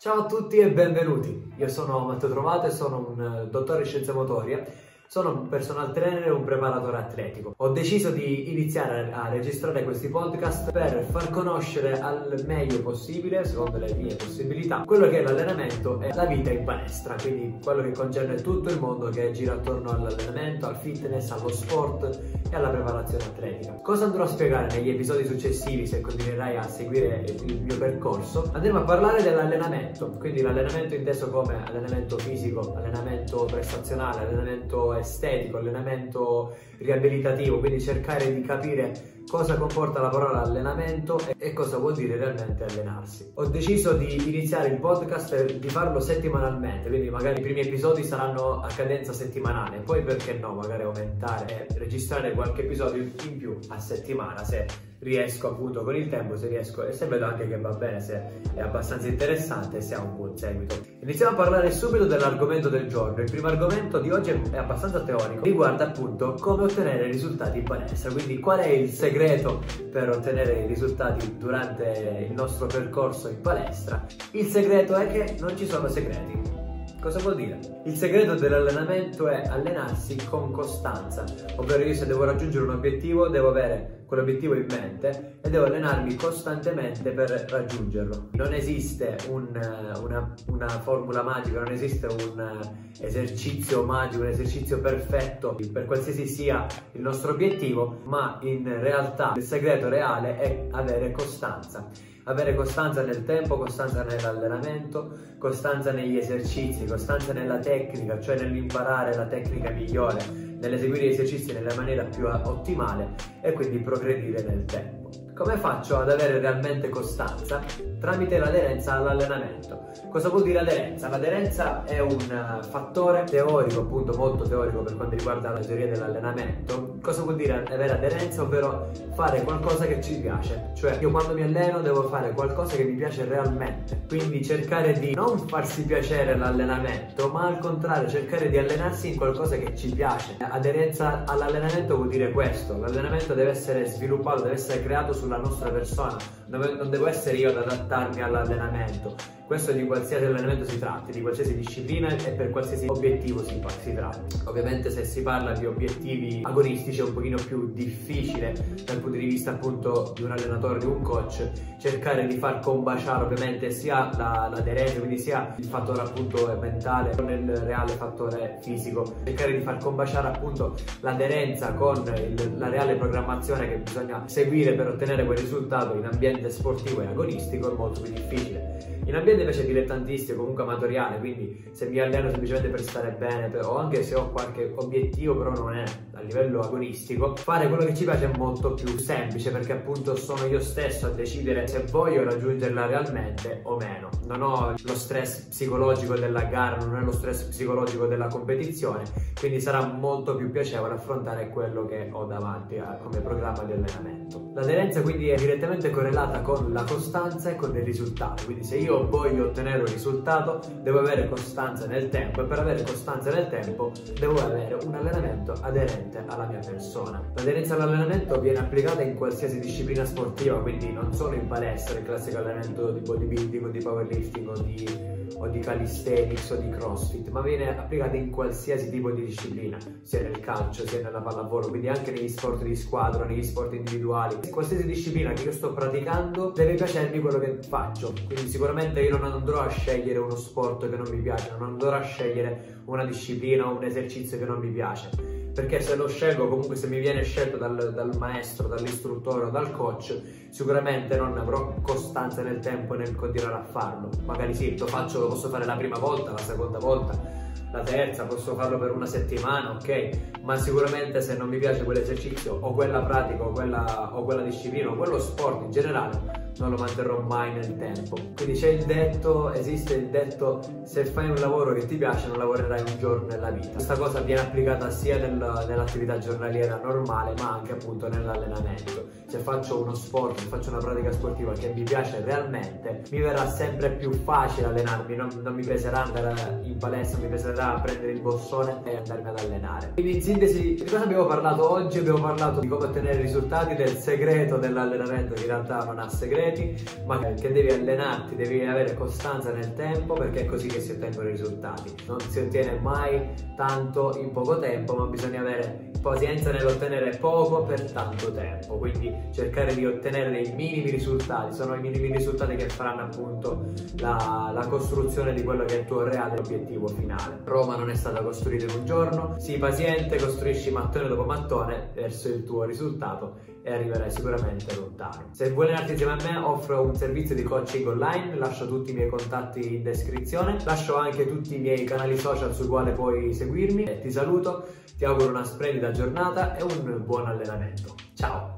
Ciao a tutti e benvenuti, io sono Matteo Trovato e sono un dottore in scienze motorie, sono un personal trainer e un preparatore atletico. Ho deciso di iniziare a registrare questi podcast per far conoscere al meglio possibile, secondo le mie possibilità, quello che è l'allenamento e la vita in palestra, quindi quello che concerne tutto il mondo che gira attorno all'allenamento, al fitness, allo sport e alla preparazione atletica. Cosa andrò a spiegare negli episodi successivi se continuerai a seguire il mio percorso? Andremo a parlare dell'allenamento, quindi l'allenamento inteso come allenamento fisico, allenamento prestazionale, allenamento estetico, allenamento riabilitativo, quindi cercare di capire cosa comporta la parola allenamento e cosa vuol dire realmente allenarsi. Ho deciso di iniziare il podcast e di farlo settimanalmente, quindi magari i primi episodi saranno a cadenza settimanale, poi perché no, magari aumentare e registrare qualche episodio in più a settimana se riesco appunto con il tempo, se riesco e se vedo anche che va bene, se è abbastanza interessante e se ha un buon seguito. Iniziamo a parlare subito dell'argomento del giorno. Il primo argomento di oggi è abbastanza teorico, riguarda appunto come ottenere risultati in palestra, quindi qual è il segreto per ottenere i risultati durante il nostro percorso in palestra. Il segreto è che non ci sono segreti. Cosa vuol dire? Il segreto dell'allenamento è allenarsi con costanza, ovvero io se devo raggiungere un obiettivo devo avere quell'obiettivo in mente e devo allenarmi costantemente per raggiungerlo. Non esiste una formula magica, non esiste un esercizio magico, un esercizio perfetto per qualsiasi sia il nostro obiettivo, ma in realtà il segreto reale è avere costanza. Avere costanza nel tempo, costanza nell'allenamento, costanza negli esercizi, costanza nella tecnica, cioè nell'imparare la tecnica migliore, nell'eseguire gli esercizi nella maniera più ottimale e quindi progredire nel tempo. Come faccio ad avere realmente costanza? Tramite l'aderenza all'allenamento. Cosa vuol dire aderenza? L'aderenza è un fattore teorico, appunto molto teorico per quanto riguarda la teoria dell'allenamento. Cosa vuol dire avere aderenza? Ovvero fare qualcosa che ci piace. Cioè io quando mi alleno devo fare qualcosa che mi piace realmente. Quindi cercare di non farsi piacere l'allenamento, ma al contrario cercare di allenarsi in qualcosa che ci piace. Aderenza all'allenamento vuol dire questo. L'allenamento deve essere sviluppato, deve essere creato sulla nostra persona, non devo essere io ad adattarmi all'allenamento. Questo di qualsiasi allenamento si tratti, di qualsiasi disciplina e per qualsiasi obiettivo si tratti. Ovviamente se si parla di obiettivi agonistici è un pochino più difficile dal punto di vista appunto di un allenatore, di un coach, cercare di far combaciare ovviamente sia l'aderenza, quindi sia il fattore appunto mentale con il reale fattore fisico, cercare di far combaciare appunto l'aderenza con la reale programmazione che bisogna seguire per ottenere quel risultato in ambiente sportivo e agonistico è molto più difficile. In ambiente invece dilettantistico, comunque amatoriale, quindi se mi alleno semplicemente per stare bene o anche se ho qualche obiettivo però non è a livello agonistico, fare quello che ci piace è molto più semplice perché appunto sono io stesso a decidere se voglio raggiungerla realmente o meno. Non ho lo stress psicologico della gara, non ho lo stress psicologico della competizione, quindi sarà molto più piacevole affrontare quello che ho davanti come programma di allenamento. L'aderenza quindi è direttamente correlata con la costanza e con il risultato, quindi se io voglio ottenere un risultato devo avere costanza nel tempo e per avere costanza nel tempo devo avere un allenamento aderente alla mia persona. L'aderenza all'allenamento viene applicata in qualsiasi disciplina sportiva, quindi non solo in palestra, il classico allenamento di bodybuilding o di powerlifting o di calisthenics o di crossfit, ma viene applicata in qualsiasi tipo di disciplina, sia nel calcio sia nella pallavolo, quindi anche negli sport di squadra, negli sport individuali. Qualsiasi disciplina che io sto praticando deve piacermi quello che faccio, quindi sicuramente io non andrò a scegliere uno sport che non mi piace, non andrò a scegliere una disciplina o un esercizio che non mi piace, perché se lo scelgo, comunque se mi viene scelto dal maestro, dall'istruttore o dal coach, sicuramente non avrò costanza nel tempo nel continuare a farlo. Magari sì, lo posso fare la prima volta, la seconda volta, la terza, posso farlo per una settimana, ok, ma sicuramente se non mi piace quell'esercizio o quella pratica o quella disciplina o quello sport in generale non lo manterrò mai nel tempo. Quindi esiste il detto: se fai un lavoro che ti piace non lavorerai un giorno nella vita. Questa cosa viene applicata sia nell'attività giornaliera normale ma anche appunto nell'allenamento. se faccio uno sport, se faccio una pratica sportiva che mi piace realmente, mi verrà sempre più facile allenarmi, non mi peserà andare in palestra, non mi peserà prendere il bossone e andarmi ad allenare. Quindi in sintesi, di cosa abbiamo parlato oggi? Abbiamo parlato di come ottenere risultati, del segreto dell'allenamento, che in realtà non ha segreti, ma che devi allenarti, devi avere costanza nel tempo, perché è così che si ottengono i risultati. Non si ottiene mai tanto in poco tempo, ma bisogna avere pazienza nell'ottenere poco per tanto tempo, quindi cercare di ottenere dei minimi risultati. Sono i minimi risultati che faranno appunto la costruzione di quello che è il tuo reale obiettivo finale. Roma non è stata costruita in un giorno, sii paziente, costruisci mattone dopo mattone verso il tuo risultato e arriverai sicuramente lontano. Se vuoi allenarti insieme a me, offro un servizio di coaching online, lascio tutti i miei contatti in descrizione, lascio anche tutti i miei canali social sui quali puoi seguirmi e ti saluto, ti auguro una splendida giornata e un buon allenamento. Ciao!